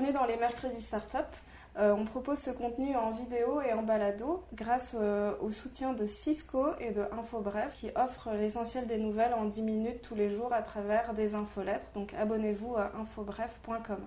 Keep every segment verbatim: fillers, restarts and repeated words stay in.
bienvenue dans les Mercredis Startup. Euh, on propose ce contenu en vidéo et en balado grâce euh, au soutien de Cisco et de InfoBref qui offrent l'essentiel des nouvelles en dix minutes tous les jours à travers des infolettres. Donc abonnez-vous à infobref point com.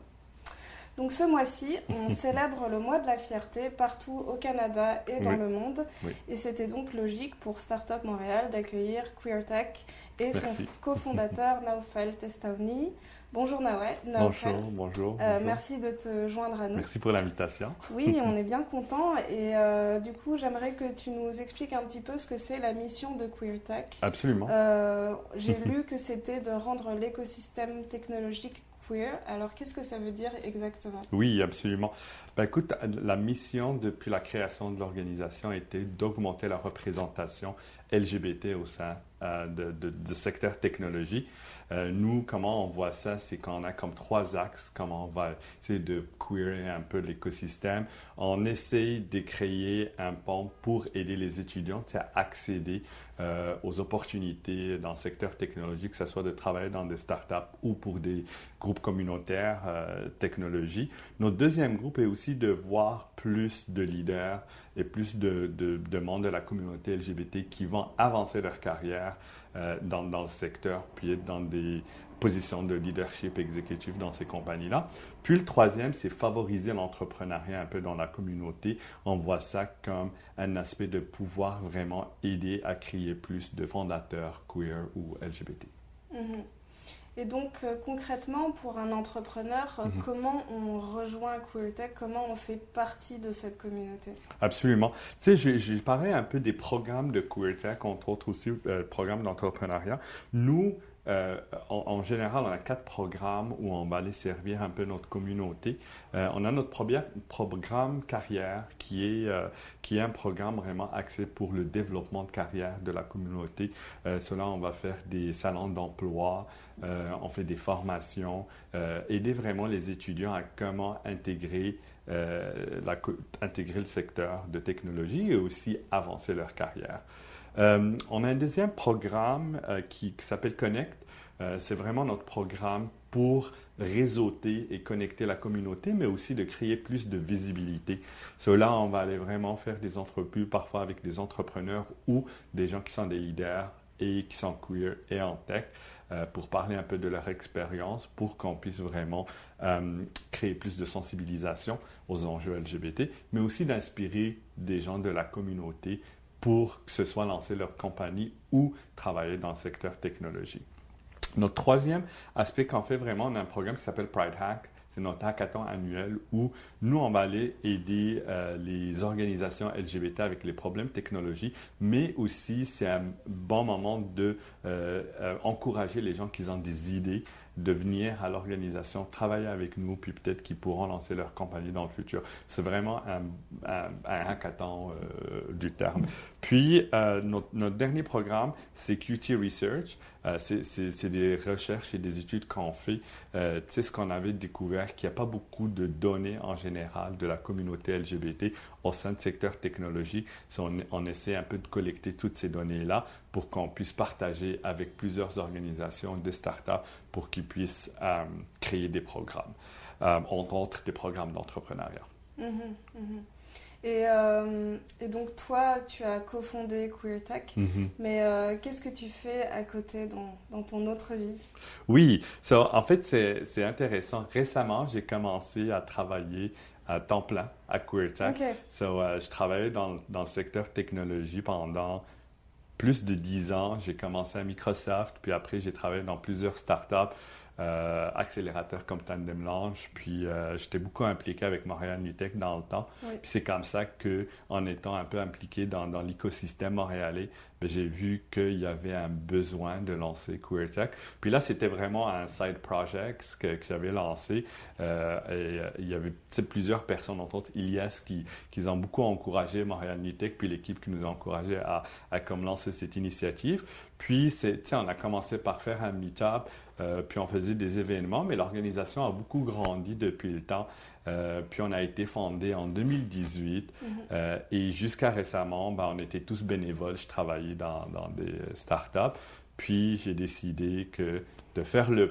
Donc ce mois-ci, on célèbre le mois de la fierté partout au Canada et dans oui. le monde. Oui. Et c'était donc logique pour Startup Montréal d'accueillir QueerTech et son merci. cofondateur Naofel Testaouni. Bonjour Naofel. Bonjour, bonjour, euh, bonjour. Merci de te joindre à nous. Merci pour l'invitation. Oui, on est bien contents. Et euh, du coup, j'aimerais que tu nous expliques un petit peu ce que c'est la mission de QueerTech. Absolument. Euh, j'ai lu que c'était de rendre l'écosystème technologique queer. Alors, qu'est-ce que ça veut dire exactement? Oui, absolument. Ben, écoute, la mission depuis la création de l'organisation était d'augmenter la représentation L G B T au sein euh, de, de, du secteur technologie. Euh, nous, comment on voit ça, c'est qu'on a comme trois axes, comment on va essayer de queerer un peu l'écosystème. On essaye de créer un pont pour aider les étudiants à accéder euh, aux opportunités dans le secteur technologique, que ce soit de travailler dans des startups ou pour des groupes communautaires euh, technologie. Notre deuxième groupe est aussi de voir plus de leaders et plus de, de, de membres de la communauté L G B T qui vont avancer leur carrière euh, dans, dans le secteur, puis être dans des positions de leadership exécutif dans ces compagnies-là. Puis le troisième, c'est favoriser l'entrepreneuriat un peu dans la communauté. On voit ça comme un aspect de pouvoir vraiment aider à créer plus de fondateurs queer ou L G B T. Mm-hmm. Et donc, euh, concrètement, pour un entrepreneur, euh, mm-hmm. comment on rejoint QueerTech? Comment on fait partie de cette communauté? Absolument. Tu sais, je, je parlais un peu des programmes de QueerTech, entre autres aussi euh, programmes d'entrepreneuriat. Nous, Euh, en, en général, on a quatre programmes où on va aller servir un peu notre communauté. Euh, on a notre premier programme carrière qui est, euh, qui est un programme vraiment axé pour le développement de carrière de la communauté. Euh, cela, on va faire des salons d'emploi, euh, on fait des formations, euh, aider vraiment les étudiants à comment intégrer, euh, la, intégrer le secteur de technologie et aussi avancer leur carrière. Euh, on a un deuxième programme euh, qui, qui s'appelle Connect. Euh, c'est vraiment notre programme pour réseauter et connecter la communauté, mais aussi de créer plus de visibilité. So, là, on va aller vraiment faire des entrevues, parfois avec des entrepreneurs ou des gens qui sont des leaders et qui sont queer et en tech, euh, pour parler un peu de leur expérience, pour qu'on puisse vraiment euh, créer plus de sensibilisation aux enjeux L G B T, mais aussi d'inspirer des gens de la communauté pour que ce soit lancer leur compagnie ou travailler dans le secteur technologie. Notre troisième aspect qu'on fait vraiment, on a un programme qui s'appelle Pride Hack. C'est notre hackathon annuel où nous, on va aller aider euh, les organisations L G B T avec les problèmes technologiques, mais aussi c'est un bon moment de euh, euh, encourager les gens qui ont des idées de venir à l'organisation, travailler avec nous, puis peut-être qu'ils pourront lancer leur compagnie dans le futur. C'est vraiment un, un, un hackathon euh, du terme. Puis, euh, notre, notre dernier programme, c'est Q T Research. Euh, c'est, c'est, c'est des recherches et des études qu'on fait. Euh, tu sais, ce qu'on avait découvert, qu'il n'y a pas beaucoup de données en général de la communauté L G B T au sein du secteur technologique. So, on, on essaie un peu de collecter toutes ces données-là pour qu'on puisse partager avec plusieurs organisations, des startups, pour qu'ils puissent euh, créer des programmes, euh, entre autres des programmes d'entrepreneuriat. Mmh, mmh. Et, euh, et donc toi, tu as cofondé QueerTech, mm-hmm. mais euh, qu'est-ce que tu fais à côté dans, dans ton autre vie? Oui, so, en fait, c'est, c'est intéressant. Récemment, j'ai commencé à travailler à temps plein à QueerTech. Okay. So, euh, je travaillais dans, dans le secteur technologie pendant plus de dix ans. J'ai commencé à Microsoft, puis après, j'ai travaillé dans plusieurs startups. Euh, accélérateurs comme Tandem Launch, puis euh, j'étais beaucoup impliqué avec Montréal NewTech dans le temps. Oui. Puis c'est comme ça qu'en étant un peu impliqué dans, dans l'écosystème montréalais, bien, j'ai vu qu'il y avait un besoin de lancer QueerTech. Puis là, c'était vraiment un side project que, que j'avais lancé. Euh, et euh, il y avait plusieurs personnes, entre autres Ilias, qui, qui ont beaucoup encouragé Montréal NewTech, puis l'équipe qui nous a encouragé à, à comme lancer cette initiative. Puis, c'est, on a commencé par faire un meet-up, euh, puis on faisait des événements, mais l'organisation a beaucoup grandi depuis le temps. Euh, puis, on a été fondé en deux mille dix-huit mm-hmm. euh, et jusqu'à récemment, ben, on était tous bénévoles. Je travaillais dans, dans des startups. Puis, j'ai décidé que de faire le pas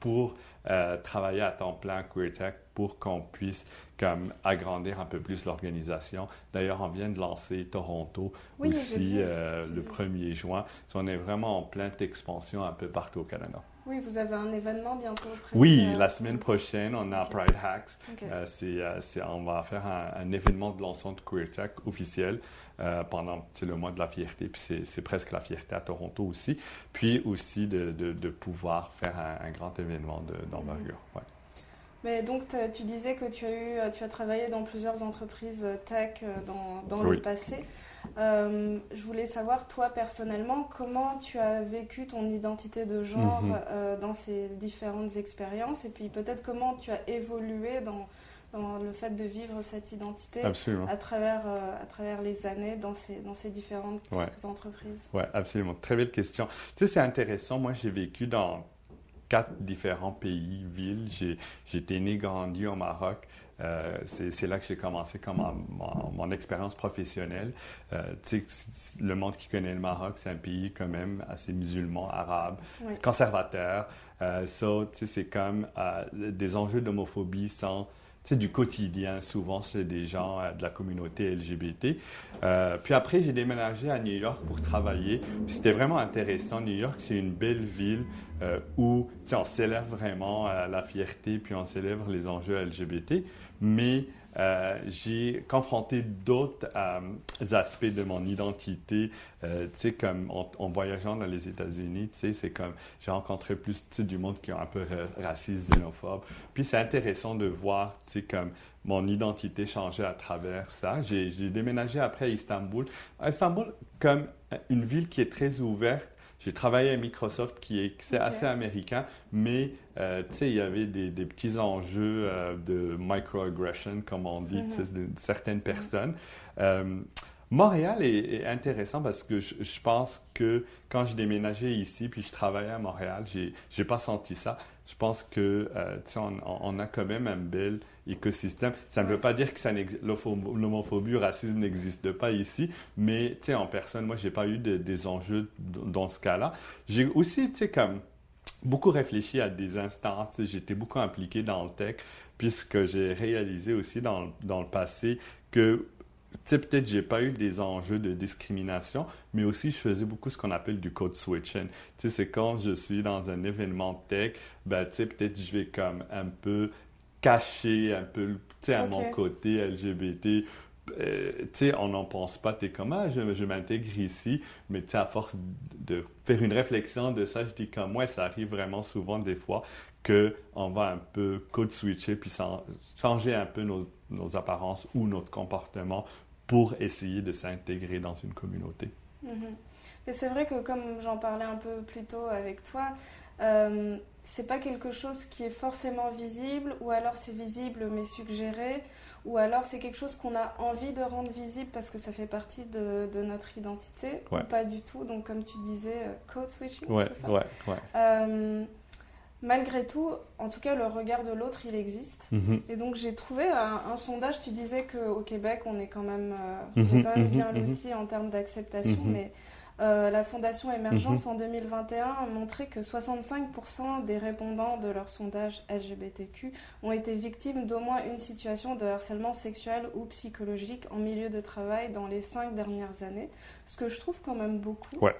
pour euh, travailler à temps plein à QueerTech pour qu'on puisse comme agrandir un peu plus l'organisation. D'ailleurs, on vient de lancer Toronto oui, aussi euh, le premier juin. On est vraiment en pleine expansion un peu partout au Canada. Oui, vous avez un événement bientôt prévu. Oui, euh, la semaine prochaine, on a okay. Pride Hacks. Okay. Euh, c'est, euh, c'est, on va faire un, un événement de lancement de QueerTech officiel euh, pendant le mois de la fierté. Puis c'est, c'est presque la fierté à Toronto aussi. Puis aussi de, de, de pouvoir faire un, un grand événement de, d'envergure. Mm-hmm. Ouais. Mais donc, tu disais que tu as, eu, tu as travaillé dans plusieurs entreprises tech dans, dans oui. le passé. Euh, je voulais savoir, toi, personnellement, comment tu as vécu ton identité de genre mm-hmm. euh, dans ces différentes expériences et puis peut-être comment tu as évolué dans, dans le fait de vivre cette identité absolument. à travers, euh, à travers les années dans ces, dans ces différentes ouais. entreprises. Oui, absolument. Très belle question. Tu sais, c'est intéressant. Moi, j'ai vécu dans quatre différents pays, villes. J'ai, j'étais né, grandi au Maroc. Euh, c'est, c'est là que j'ai commencé comme mon, mon, mon expérience professionnelle. Euh, tu sais, le monde qui connaît le Maroc, c'est un pays quand même assez musulman, arabe, oui. conservateur. Euh, so, tu sais, c'est comme euh, des enjeux d'homophobie sans... Tu sais, du quotidien, souvent, c'est des gens euh, de la communauté L G B T. Euh, puis après, j'ai déménagé à New York pour travailler. Puis c'était vraiment intéressant. New York, c'est une belle ville euh, où, tu sais, on célèbre vraiment euh, la fierté, puis on célèbre les enjeux L G B T. Mais euh, j'ai confronté d'autres euh, aspects de mon identité, euh, tu sais, comme en, en voyageant dans les États-Unis, tu sais, c'est comme, j'ai rencontré plus, tu sais, du monde qui est un peu raciste, xénophobe. Puis c'est intéressant de voir, tu sais, comme mon identité changer à travers ça. J'ai, j'ai déménagé après à Istanbul. À Istanbul, comme une ville qui est très ouverte. J'ai travaillé à Microsoft, qui est c'est okay. assez américain, mais euh, tu sais, il y avait des, des petits enjeux euh, de microaggression, comme on dit, mm-hmm. de certaines personnes. Mm-hmm. Euh, Montréal est, est intéressant parce que je, je pense que quand j'ai déménagé ici, puis je travaillais à Montréal, j'ai, j'ai pas senti ça. Je pense que, euh, tu sais, on, on a quand même un bel écosystème. Ça ne veut pas dire que ça l'homophobie ou le racisme n'existe pas ici, mais, tu sais, en personne, moi, j'ai pas eu de, des enjeux dans ce cas-là. J'ai aussi, tu sais, comme beaucoup réfléchi à des instants. Tu sais, j'étais beaucoup impliqué dans le tech, puisque j'ai réalisé aussi dans, dans le passé que tu sais, peut-être j'ai pas eu des enjeux de discrimination, mais aussi je faisais beaucoup ce qu'on appelle du code switching. Tu sais, c'est quand je suis dans un événement tech, ben tu sais, peut-être je vais comme un peu cacher un peu, tu sais, à okay. mon côté L G B T. Euh, tu sais, on n'en pense pas, tu es comme, ah, je, je m'intègre ici, mais tu sais, à force de faire une réflexion de ça, je dis comme, ouais, ça arrive vraiment souvent des fois qu'on va un peu code switcher puis changer un peu nos, nos apparences ou notre comportement pour essayer de s'intégrer dans une communauté. Mm-hmm. Mais c'est vrai que comme j'en parlais un peu plus tôt avec toi, euh, c'est pas quelque chose qui est forcément visible, ou alors c'est visible mais suggéré, ou alors c'est quelque chose qu'on a envie de rendre visible parce que ça fait partie de, de notre identité, ouais. ou pas du tout. Donc comme tu disais, code switching, ouais, c'est ça ouais, ouais. Euh, Malgré tout, en tout cas, le regard de l'autre, il existe. Mm-hmm. Et donc, j'ai trouvé un, un sondage. Tu disais qu'au Québec, on est quand même, euh, mm-hmm. on est quand même bien mm-hmm. loti en termes d'acceptation. Mm-hmm. Mais euh, la Fondation Émergence, mm-hmm. en deux mille vingt et un, a montré que soixante-cinq pour cent des répondants de leur sondage L G B T Q ont été victimes d'au moins une situation de harcèlement sexuel ou psychologique en milieu de travail dans les cinq dernières années. Ce que je trouve quand même beaucoup. Ouais.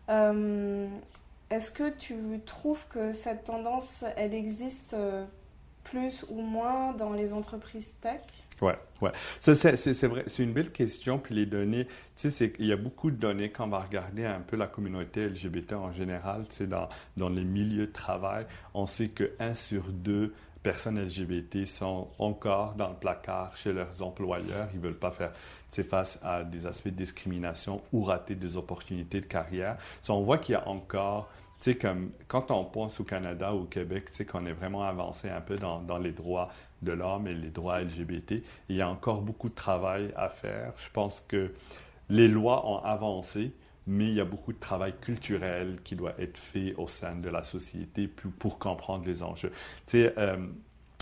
Euh, Est-ce que tu trouves que cette tendance, elle existe plus ou moins dans les entreprises tech? Oui, ouais. Ça, c'est, c'est, c'est vrai, c'est une belle question. Puis les données, tu sais, c'est, il y a beaucoup de données quand on va regarder un peu la communauté L G B T en général, tu sais, dans, dans les milieux de travail, on sait que un sur deux personnes L G B T sont encore dans le placard chez leurs employeurs. Ils ne veulent pas faire face à des aspects de discrimination ou rater des opportunités de carrière. So, on voit qu'il y a encore, tu sais, comme quand on pense au Canada ou au Québec, tu sais, qu'on est vraiment avancé un peu dans, dans les droits de l'homme et les droits L G B T. Il y a encore beaucoup de travail à faire. Je pense que les lois ont avancé, mais il y a beaucoup de travail culturel qui doit être fait au sein de la société pour, pour comprendre les enjeux. Tu sais, euh,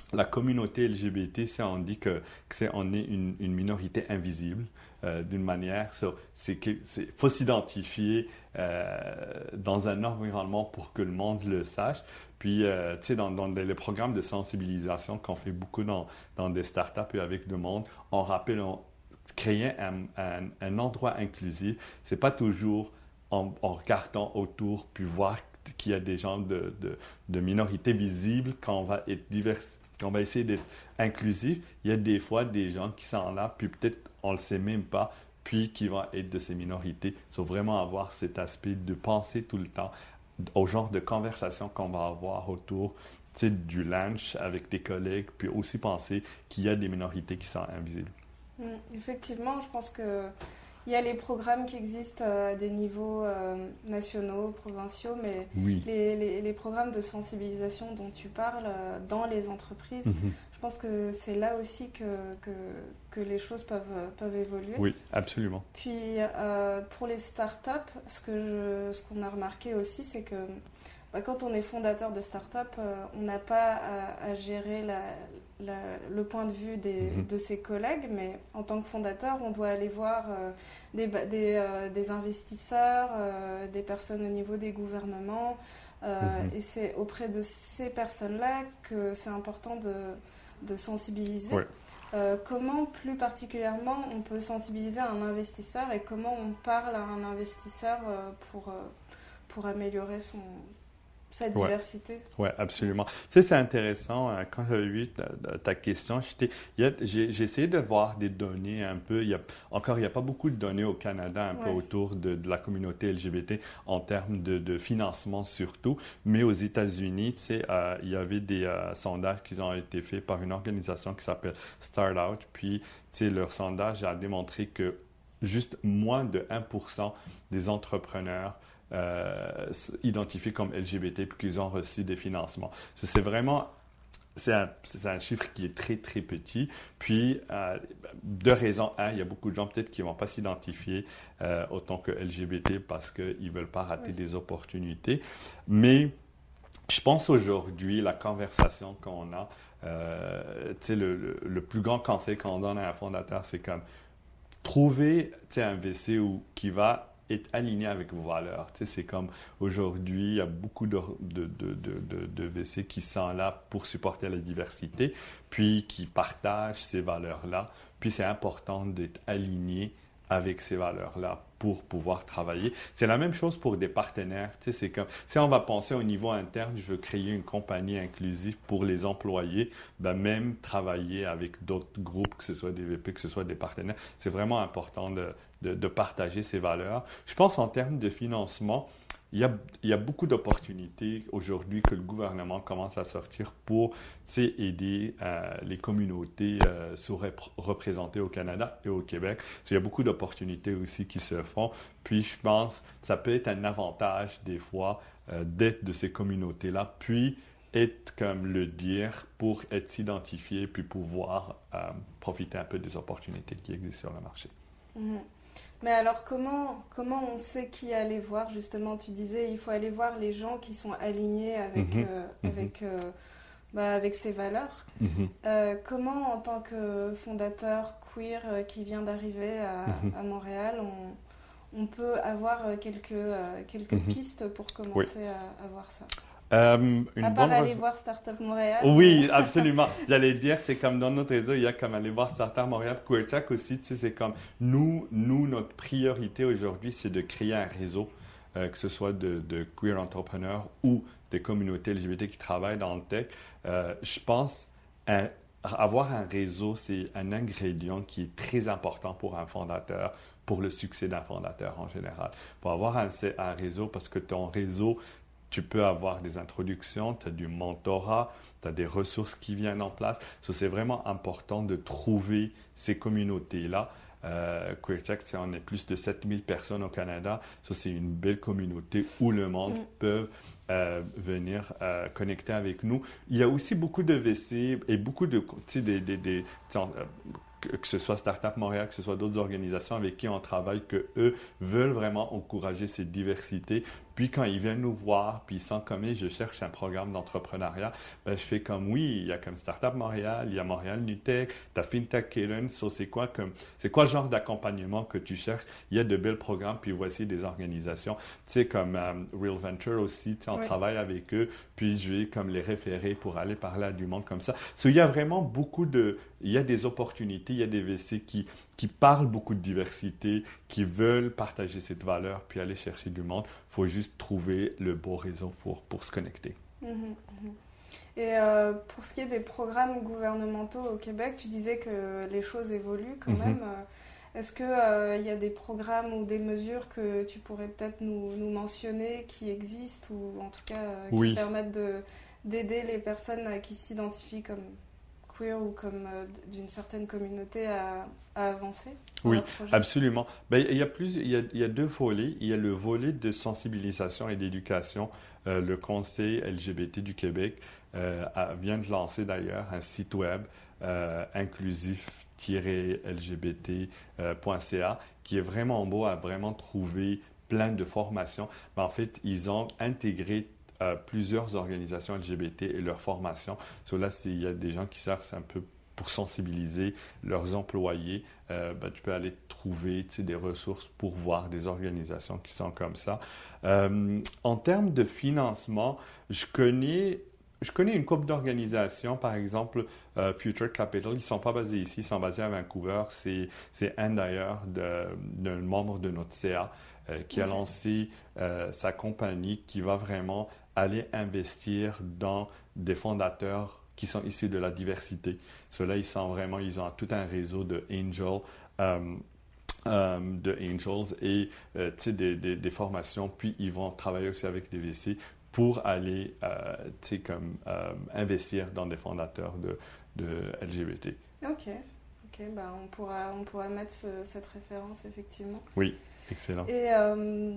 la communauté L G B T, c'est, on dit que, que c'est, on est une, une minorité invisible euh, d'une manière. So, c'est que, c'est faut s'identifier euh, dans un environnement pour que le monde le sache. Puis, euh, tu sais, dans, dans les programmes de sensibilisation qu'on fait beaucoup dans, dans des startups et avec le monde, on rappelle, on, créer un, un, un endroit inclusif, c'est pas toujours en, en regardant autour puis voir qu'il y a des gens de, de, de minorités visibles qu'on va être divers, qu'on va essayer d'être inclusif. Il y a des fois des gens qui sont là, puis peut-être on le sait même pas, puis qui vont être de ces minorités. Il faut vraiment avoir cet aspect de penser tout le temps au genre de conversation qu'on va avoir autour du lunch avec des collègues, puis aussi penser qu'il y a des minorités qui sont invisibles. Mmh, effectivement, je pense que il y a les programmes qui existent à des niveaux euh, nationaux, provinciaux, mais oui. les, les, les programmes de sensibilisation dont tu parles euh, dans les entreprises, mmh. je pense que c'est là aussi que, que, que les choses peuvent, peuvent évoluer. Oui, absolument. Puis euh, pour les startups, ce, que je, ce qu'on a remarqué aussi, c'est que bah, quand on est fondateur de start-up, euh, on n'a pas à, à gérer la, la, le point de vue des, mmh. de ses collègues, mais en tant que fondateur, on doit aller voir euh, des, des, euh, des investisseurs, euh, des personnes au niveau des gouvernements, euh, mmh. et c'est auprès de ces personnes-là que c'est important de, de sensibiliser. Ouais. Euh, comment plus particulièrement on peut sensibiliser un investisseur et comment on parle à un investisseur euh, pour, euh, pour améliorer son... cette diversité. Oui, ouais, absolument. Tu sais, c'est intéressant. Hein, quand j'avais vu ta, ta question, j'étais, il y a, j'ai, j'ai essayé de voir des données un peu. Il y a, encore, il n'y a pas beaucoup de données au Canada un ouais. peu autour de, de la communauté L G B T en termes de, de financement surtout. Mais aux États-Unis, tu sais, euh, il y avait des euh, sondages qui ont été faits par une organisation qui s'appelle Start Out. Puis, tu sais, leur sondage a démontré que juste moins de un pour cent des entrepreneurs Euh, identifiés comme L G B T puis qu'ils ont reçu des financements. Ça, c'est vraiment, c'est un, c'est un chiffre qui est très, très petit. Puis, euh, de raison, un, il y a beaucoup de gens peut-être qui ne vont pas s'identifier euh, autant que L G B T parce qu'ils ne veulent pas rater oui. des opportunités. Mais je pense aujourd'hui, la conversation qu'on a, euh, tu sais, le, le, le plus grand conseil qu'on donne à un fondateur, c'est comme trouver, tu sais, un V C où, qui va être aligné avec vos valeurs. Tu sais, c'est comme aujourd'hui, il y a beaucoup de, de, de, de, de V C qui sont là pour supporter la diversité, puis qui partagent ces valeurs-là. Puis c'est important d'être aligné avec ces valeurs-là pour pouvoir travailler. C'est la même chose pour des partenaires. Tu sais, c'est comme, si on va penser au niveau interne, je veux créer une compagnie inclusive pour les employés, ben même travailler avec d'autres groupes, que ce soit des V P, que ce soit des partenaires, c'est vraiment important de, de, de partager ces valeurs. Je pense en termes de financement, il y a, il y a beaucoup d'opportunités aujourd'hui que le gouvernement commence à sortir pour aider euh, les communautés euh, sous-représentées au Canada et au Québec. Il y a beaucoup d'opportunités aussi qui se font. Puis je pense que ça peut être un avantage des fois euh, d'être de ces communautés-là, puis être comme le dire pour être identifié, puis pouvoir euh, profiter un peu des opportunités qui existent sur le marché. Mmh. Mais alors, comment, comment on sait qui aller voir? Justement, tu disais, il faut aller voir les gens qui sont alignés avec, mmh. Euh, mmh. avec, euh, bah, avec ces valeurs. Mmh. Euh, comment, en tant que fondateur queer euh, qui vient d'arriver à, mmh. à Montréal, on, on peut avoir quelques, euh, quelques mmh. pistes pour commencer oui. à, à voir ça? Euh, une à part bonne aller re... voir Startup Montréal. Oui, absolument. J'allais dire, c'est comme dans notre réseau, il y a comme aller voir Startup Montréal, QueerCheck aussi, tu sais, c'est comme nous, nous, notre priorité aujourd'hui, c'est de créer un réseau, euh, que ce soit de, de queer entrepreneurs ou des communautés L G B T qui travaillent dans le tech. Euh, je pense un, avoir un réseau, c'est un ingrédient qui est très important pour un fondateur, pour le succès d'un fondateur en général. Pour avoir un, un réseau, parce que ton réseau, tu peux avoir des introductions, tu as du mentorat, tu as des ressources qui viennent en place. So, c'est vraiment important de trouver ces communautés-là. Euh, QueerCheck, on est plus de sept mille personnes au Canada. So, c'est une belle communauté où le monde mm. peut euh, venir euh, connecter avec nous. Il y a aussi beaucoup de V C et beaucoup de... Tu sais, des, des, des, euh, que ce soit Startup Montréal, que ce soit d'autres organisations avec qui on travaille, qu'eux veulent vraiment encourager cette diversité, Puis quand ils viennent nous voir, puis ils sentent comme hey, je cherche un programme d'entrepreneuriat, ben, je fais comme oui, il y a comme Startup Montréal, il y a Montréal Nutech, tu as FinTech Cadence, so c'est quoi comme c'est quoi le genre d'accompagnement que tu cherches? Il y a de belles programmes, puis voici des organisations. Tu sais, comme um, Real Venture aussi, tu sais, on oui. travaille avec eux, puis je vais comme les référer pour aller parler à du monde comme ça. So, il y a vraiment beaucoup de... Il y a des opportunités, il y a des V C qui, qui parlent beaucoup de diversité, qui veulent partager cette valeur, puis aller chercher du monde. Il faut juste trouver le bon réseau pour, pour se connecter. Mmh, mmh. Et euh, pour ce qui est des programmes gouvernementaux au Québec, tu disais que les choses évoluent quand mmh. même. Est-ce qu'il euh, y a des programmes ou des mesures que tu pourrais peut-être nous, nous mentionner qui existent ou en tout cas euh, qui oui. permettent de, d'aider les personnes qui s'identifient comme queer ou comme euh, d'une certaine communauté à, à avancer? Oui, absolument. Ben, il y a plus, il y a, il y a deux volets. Il y a le volet de sensibilisation et d'éducation. Euh, le Conseil L G B T du Québec euh, a, vient de lancer d'ailleurs un site web euh, inclusif L G B T point C A qui est vraiment beau à vraiment trouver plein de formations. Mais en fait, ils ont intégré euh, plusieurs organisations L G B T et leurs formations. So là, il y a des gens qui cherchent un peu pour sensibiliser leurs employés. Euh, ben, tu peux aller trouver des ressources pour voir des organisations qui sont comme ça. Euh, en termes de financement, je connais... Je connais une couple d'organisations, par exemple euh, Future Capital, ils ne sont pas basés ici, ils sont basés à Vancouver. C'est, c'est un d'ailleurs de, d'un membre de notre C A euh, qui a lancé euh, sa compagnie qui va vraiment aller investir dans des fondateurs qui sont issus de la diversité. Ceux-là, ils sont vraiment, ils ont tout un réseau de angels. Euh, euh, de angels et euh, des, des, des formations, puis ils vont travailler aussi avec des V C pour aller euh, comme, euh, investir dans des fondateurs de, de L G B T. Ok, ok, bah on, pourra, on pourra mettre ce, cette référence effectivement. Oui, excellent. Et euh,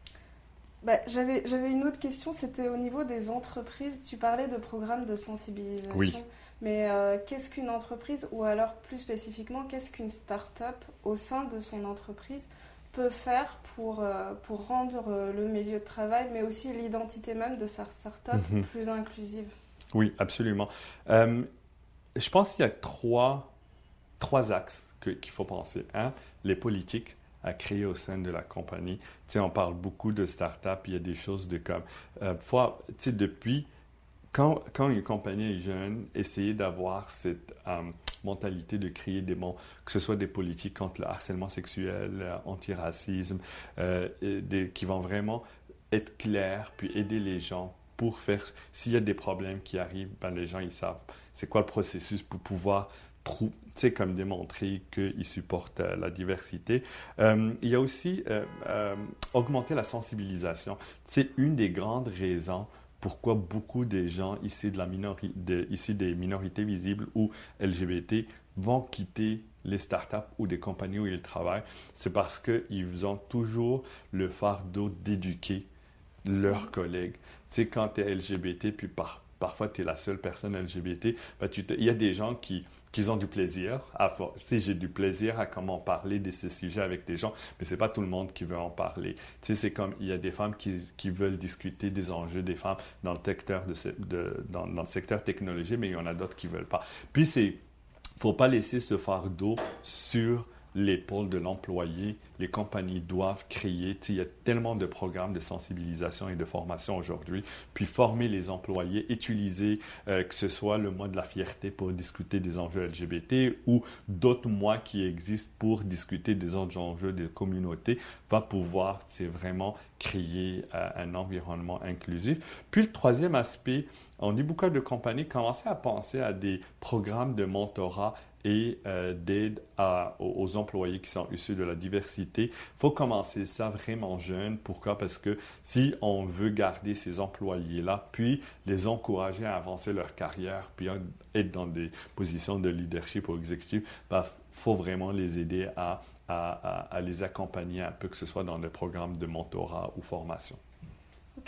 bah, j'avais, j'avais une autre question, c'était au niveau des entreprises. Tu parlais de programmes de sensibilisation, oui. mais euh, qu'est-ce qu'une entreprise, ou alors plus spécifiquement, qu'est-ce qu'une start-up au sein de son entreprise peut faire pour, euh, pour rendre euh, le milieu de travail, mais aussi l'identité même de sa start-up mm-hmm. plus inclusive? Oui, absolument. Euh, je pense qu'il y a trois, trois axes que, qu'il faut penser. Un, les politiques à créer au sein de la compagnie. Tu sais, on parle beaucoup de start-up, il y a des choses de comme... Euh, fois, tu sais, depuis... Quand, quand une compagnie est jeune, essayer d'avoir cette euh, mentalité de créer des bons, que ce soit des politiques contre le harcèlement sexuel, euh, antiracisme, euh, des, qui vont vraiment être clairs, puis aider les gens pour faire... S'il y a des problèmes qui arrivent, ben les gens, ils savent c'est quoi le processus pour pouvoir trou, comme démontrer qu'ils supportent euh, la diversité. Euh, il y a aussi euh, euh, augmenter la sensibilisation. C'est une des grandes raisons pourquoi beaucoup des gens issus, de la minori- de, issus des minorités visibles ou L G B T vont quitter les startups ou des compagnies où ils travaillent. C'est parce qu'ils ont toujours le fardeau d'éduquer leurs collègues. Tu sais, quand tu es L G B T, puis par, parfois tu es la seule personne L G B T, ben tu te, il y a des gens qui... qu'ils ont du plaisir à faire. Tu sais, j'ai du plaisir à comment parler de ces sujets avec des gens, mais c'est pas tout le monde qui veut en parler. Tu sais, c'est comme, il y a des femmes qui, qui veulent discuter des enjeux des femmes dans le secteur, de, de, dans, dans le secteur technologique, mais il y en a d'autres qui veulent pas. Puis, c'est, faut pas laisser ce fardeau sur l'épaule de l'employé. Les compagnies doivent créer, tu sais, il y a tellement de programmes de sensibilisation et de formation aujourd'hui, puis former les employés, utiliser euh, que ce soit le mois de la fierté pour discuter des enjeux L G B T ou d'autres mois qui existent pour discuter des autres enjeux des communautés, va pouvoir, tu sais, vraiment créer euh, un environnement inclusif. Puis le troisième aspect, on dit beaucoup de compagnies commencer à penser à des programmes de mentorat et euh, d'aide à, aux, aux employés qui sont issus de la diversité. Il faut commencer ça vraiment jeune. Pourquoi? Parce que si on veut garder ces employés-là, puis les encourager à avancer leur carrière, puis être dans des positions de leadership ou exécutif, il faut vraiment les aider à, à, à, à les accompagner un peu, que ce soit dans des programmes de mentorat ou formation. Ok,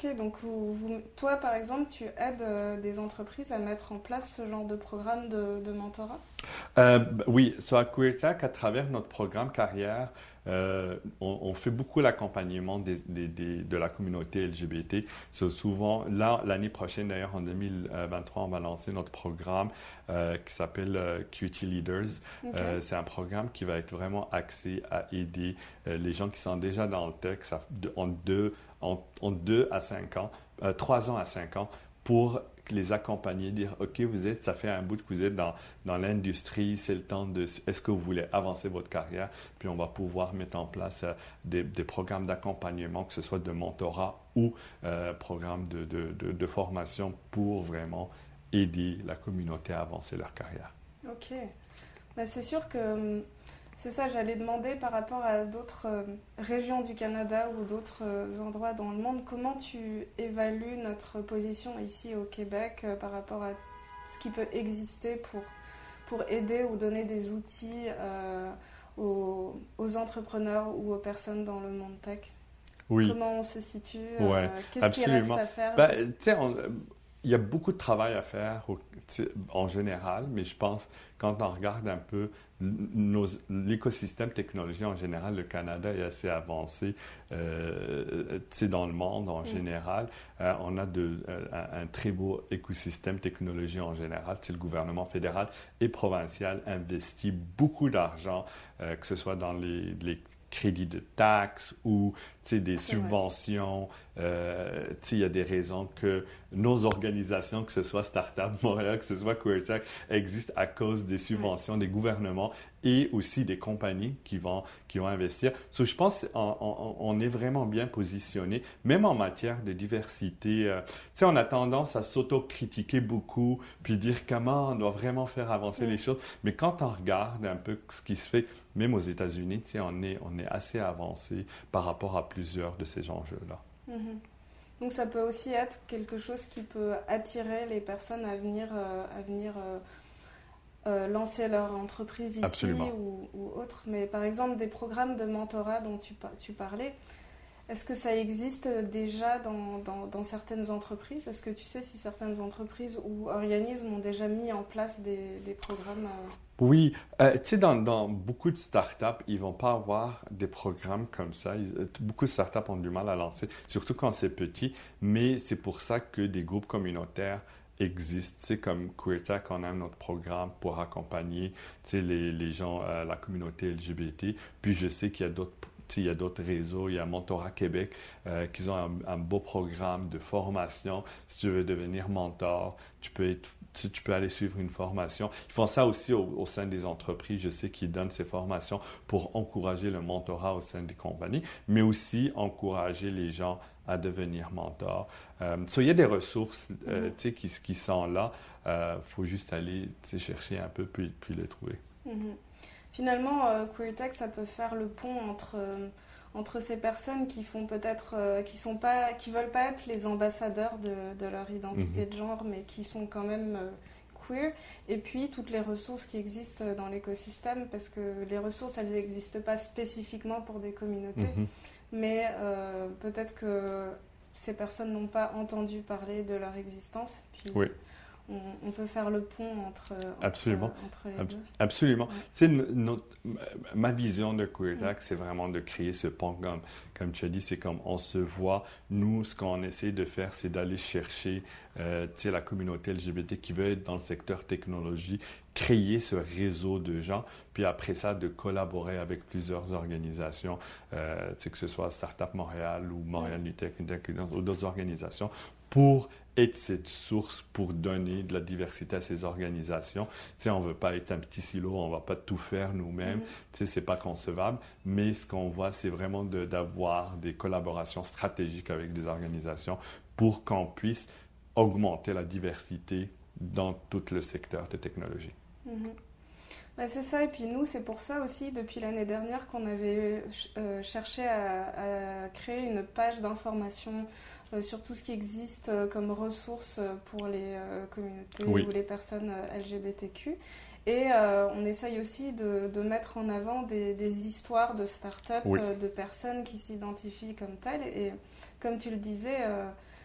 Ok, donc vous, vous, toi, par exemple, tu aides euh, des entreprises à mettre en place ce genre de programme de, de mentorat? Euh, oui, sur à QueerTech, à travers notre programme carrière, euh, on, on fait beaucoup l'accompagnement des, des, des, de la communauté L G B T. So, souvent, là, l'année prochaine, d'ailleurs, en deux mille vingt-trois, on va lancer notre programme euh, qui s'appelle euh, Q T Leaders. Ok. Euh, c'est un programme qui va être vraiment axé à aider euh, les gens qui sont déjà dans le tech ça, de, en, deux, en, en deux à cinq ans, euh, trois ans à cinq ans, pour les accompagner, dire OK, vous êtes, ça fait un bout que vous êtes dans, dans l'industrie, c'est le temps de, est-ce que vous voulez avancer votre carrière? Puis on va pouvoir mettre en place euh, des, des programmes d'accompagnement, que ce soit de mentorat ou euh, programmes de, de, de, de formation pour vraiment aider la communauté à avancer leur carrière. Ok. Ben, c'est sûr que c'est ça, j'allais demander par rapport à d'autres euh, régions du Canada ou d'autres euh, endroits dans le monde, comment tu évalues notre position ici au Québec euh, par rapport à ce qui peut exister pour, pour aider ou donner des outils euh, aux, aux entrepreneurs ou aux personnes dans le monde tech? Oui. Comment on se situe? Ouais, euh, Qu'est-ce absolument. qui reste à faire? Ben, tu sais, on- il y a beaucoup de travail à faire au- tu sais, en général, mais je pense quand on regarde un peu nos- l'écosystème technologique en général, le Canada est assez avancé euh, tu sais, dans le monde en Mm. général. Euh, on a de, euh, un, un très beau écosystème technologique en général. Tu sais, le gouvernement fédéral et provincial investit beaucoup d'argent, euh, que ce soit dans les, les crédits de taxes ou tu sais, des C'est vrai. subventions. Euh, tu sais, il y a des raisons que nos organisations, que ce soit Startup Montréal, que ce soit QueerTech, existent à cause des subventions des gouvernements et aussi des compagnies qui vont, qui vont investir. So, je pense qu'on on, on est vraiment bien positionné, même en matière de diversité. Euh, tu sais, on a tendance à s'auto-critiquer beaucoup, puis dire comment on doit vraiment faire avancer Mm. les choses. Mais quand on regarde un peu ce qui se fait, même aux États-Unis, tu sais, on est, on est assez avancé par rapport à plusieurs de ces enjeux-là. Mhm. Donc ça peut aussi être quelque chose qui peut attirer les personnes à venir, euh, à venir euh, euh, lancer leur entreprise ici Absolument. ou, ou autre. Mais par exemple, des programmes de mentorat dont tu, par- tu parlais, est-ce que ça existe déjà dans, dans, dans certaines entreprises? Est-ce que tu sais si certaines entreprises ou organismes ont déjà mis en place des, des programmes euh, Oui, euh, tu sais, dans, dans beaucoup de startups, ils vont pas avoir des programmes comme ça. Ils- euh, beaucoup de startups ont du mal à lancer, surtout quand c'est petit, mais c'est pour ça que des groupes communautaires existent. Tu sais, comme QueerTech, on a notre programme pour accompagner, tu sais, les, les gens, euh, la communauté L G B T. Puis je sais qu'il y a d'autres tu sais, il y a d'autres réseaux, il y a Mentorat Québec euh, qui ont un, un beau programme de formation. Si tu veux devenir mentor, tu peux être tu, tu peux aller suivre une formation. Ils font ça aussi au, au sein des entreprises. Je sais qu'ils donnent ces formations pour encourager le mentorat au sein des compagnies, mais aussi encourager les gens à devenir mentors. Euh, so, il y a des ressources euh, Mhm. tu sais, qui, qui sont là. Il euh, faut juste aller tu sais, chercher un peu puis, puis les trouver. Mhm. Finalement, euh, QueerTech, ça peut faire le pont entre, euh, entre ces personnes qui font peut-être, euh, qui sont pas, qui veulent pas être les ambassadeurs de, de leur identité Mhm. de genre, mais qui sont quand même euh, queer, et puis toutes les ressources qui existent dans l'écosystème, parce que les ressources, elles n'existent pas spécifiquement pour des communautés, Mhm. mais euh, peut-être que ces personnes n'ont pas entendu parler de leur existence, puis Oui. on, on peut faire le pont entre, entre, Absolument. entre les Ab- deux. Absolument. Ouais. Tu sais, no- notre- ma vision de QueerTech, c'est vraiment de créer ce pont. Comme, comme tu as dit, c'est comme on se voit. Nous, ce qu'on essaie de faire, c'est d'aller chercher euh, tu sais, la communauté L G B T qui veut être dans le secteur technologie, créer ce réseau de gens, puis après ça, de collaborer avec plusieurs organisations, euh, tu sais, que ce soit Startup Montréal ou Montréal New Tech ou d'autres organisations, pour être cette source pour donner de la diversité à ces organisations. Tu sais, on ne veut pas être un petit silo, on ne va pas tout faire nous-mêmes. Mhm. Tu sais, c'est pas concevable, mais ce qu'on voit, c'est vraiment de, d'avoir des collaborations stratégiques avec des organisations pour qu'on puisse augmenter la diversité dans tout le secteur de technologie. Mhm. Bah, c'est ça, et puis nous, c'est pour ça aussi, depuis l'année dernière, qu'on avait euh, cherché à, à créer une page d'information euh, sur tout ce qui existe euh, comme ressources pour les euh, communautés Oui. ou les personnes euh, L G B T Q. Et euh, on essaye aussi de, de mettre en avant des, des histoires de start-up, Oui. euh, de personnes qui s'identifient comme telles. Et comme tu le disais, euh,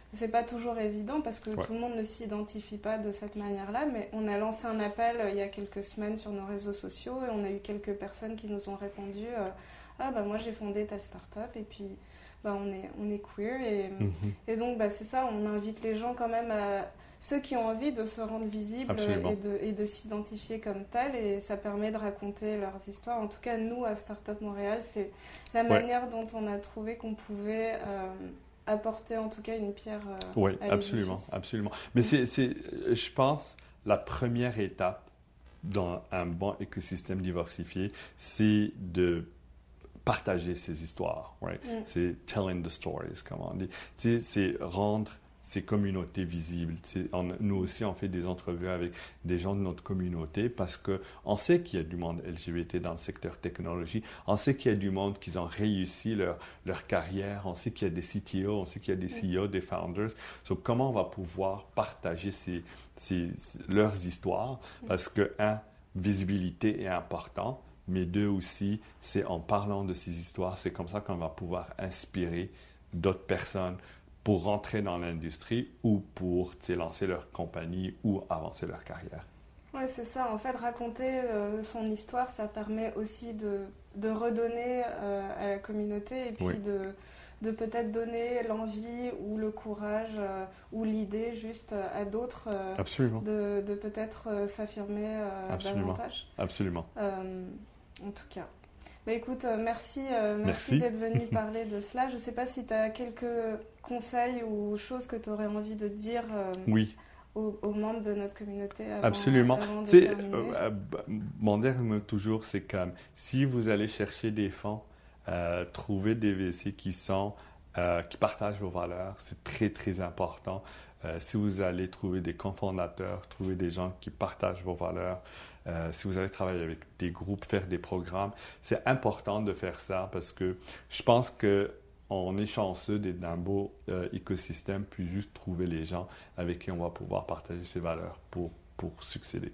c'est pas toujours évident parce que Ouais. tout le monde ne s'identifie pas de cette manière-là, mais on a lancé un appel euh, il y a quelques semaines sur nos réseaux sociaux et on a eu quelques personnes qui nous ont répondu euh, ah bah moi j'ai fondé telle start-up et puis bah, on est, on est queer et, Mhm. et donc bah, c'est ça, on invite les gens quand même à ceux qui ont envie de se rendre visibles Absolument. et de, et de s'identifier comme tel et ça permet de raconter leurs histoires. En tout cas, nous, à Startup Montréal, c'est la Ouais. manière dont on a trouvé qu'on pouvait euh, apporter en tout cas une pierre euh, Oui, à absolument, l'édifice. absolument. Mais c'est, c'est, je pense, la première étape dans un bon écosystème diversifié, c'est de partager ces histoires, right? Mm. C'est telling the stories, comme on dit. Tu sais, c'est rendre ces communautés visibles. Tu sais, on- nous aussi, on fait des entrevues avec des gens de notre communauté parce qu'on sait qu'il y a du monde L G B T dans le secteur technologie. On sait qu'il y a du monde qui ont réussi leur, leur carrière. On sait qu'il y a des C T O, on sait qu'il y a des C E O, des founders. So, comment on va pouvoir partager ces, ces- leurs histoires? Parce que, un, visibilité est important, mais deux aussi, c'est en parlant de ces histoires, c'est comme ça qu'on va pouvoir inspirer d'autres personnes pour rentrer dans l'industrie ou pour tu sais, lancer leur compagnie ou avancer leur carrière. Oui, c'est ça. En fait, raconter euh, son histoire, ça permet aussi de, de redonner euh, à la communauté et puis Oui. de, de peut-être donner l'envie ou le courage euh, ou l'idée juste euh, à d'autres euh, Absolument, de, de peut-être euh, s'affirmer euh, Absolument. davantage. absolument. Euh, en tout cas. Bah, écoute, euh, merci, euh, merci, Merci. d'être venu parler de cela. Je ne sais pas si tu as quelques conseils ou choses que tu aurais envie de dire euh, Oui, aux, aux membres de notre communauté avant, absolument. avant de Tu sais, terminer. euh, euh, b- mon dernier toujours, c'est comme si vous allez chercher des fonds, euh, trouver des V C qui sont euh, qui partagent vos valeurs, c'est très très important. Euh, si vous allez trouver des cofondateurs, trouver des gens qui partagent vos valeurs, euh, si vous allez travailler avec des groupes, faire des programmes, c'est important de faire ça parce que je pense que on est chanceux d'être dans un beau euh, écosystème, puis juste trouver les gens avec qui on va pouvoir partager ces valeurs pour, pour succéder.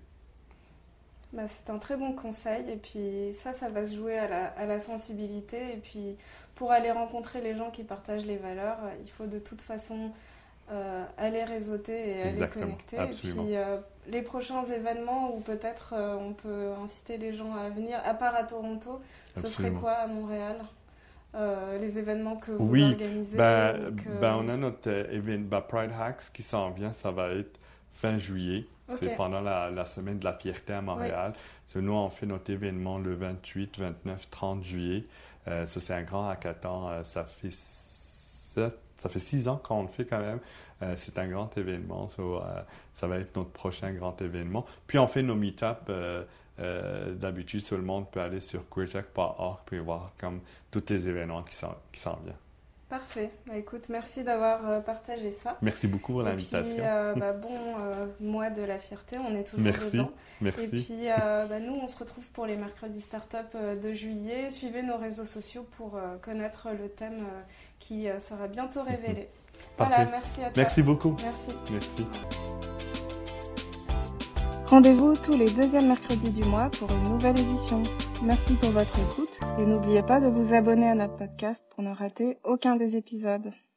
Bah, c'est un très bon conseil et puis ça, ça va se jouer à la, à la sensibilité et puis pour aller rencontrer les gens qui partagent les valeurs, euh, il faut de toute façon euh, aller réseauter et aller Exactement, connecter. absolument. Et puis euh, les prochains événements où peut-être euh, on peut inciter les gens à venir, à part à Toronto, ce serait Absolument. quoi à Montréal? Euh, les événements que vous Oui, organisez Ben, ou que- ben, on a notre euh, événement ben, Pride Hacks qui s'en vient, ça va être fin juillet. C'est Ok. pendant la, la semaine de la fierté à Montréal. So, nous, on fait notre événement le vingt-huit, vingt-neuf, trente juillet. Euh, ça, c'est un grand hackathon. Euh, ça fait sept, ça fait six ans qu'on le fait quand même. Euh, c'est un grand événement. So, euh, ça va être notre prochain grand événement. Puis, on fait nos meet-ups. Euh, euh, d'habitude, tout le monde peut aller sur queertech point org et voir comme tous les événements qui s'en, qui s'en viennent. Parfait. Bah, écoute, merci d'avoir euh, partagé ça. Merci beaucoup pour Et l'invitation. puis, euh, bah, bon euh, mois de la fierté, on est toujours Merci. dedans. Merci. Et puis, euh, bah, nous, on se retrouve pour les mercredis Startup euh, de juillet. Suivez nos réseaux sociaux pour euh, connaître le thème euh, qui euh, sera bientôt révélé. Voilà, Parfait. merci à toi. Merci beaucoup. Merci. Merci. Rendez-vous tous les deuxièmes mercredis du mois pour une nouvelle édition. Merci pour votre écoute et n'oubliez pas de vous abonner à notre podcast pour ne rater aucun des épisodes.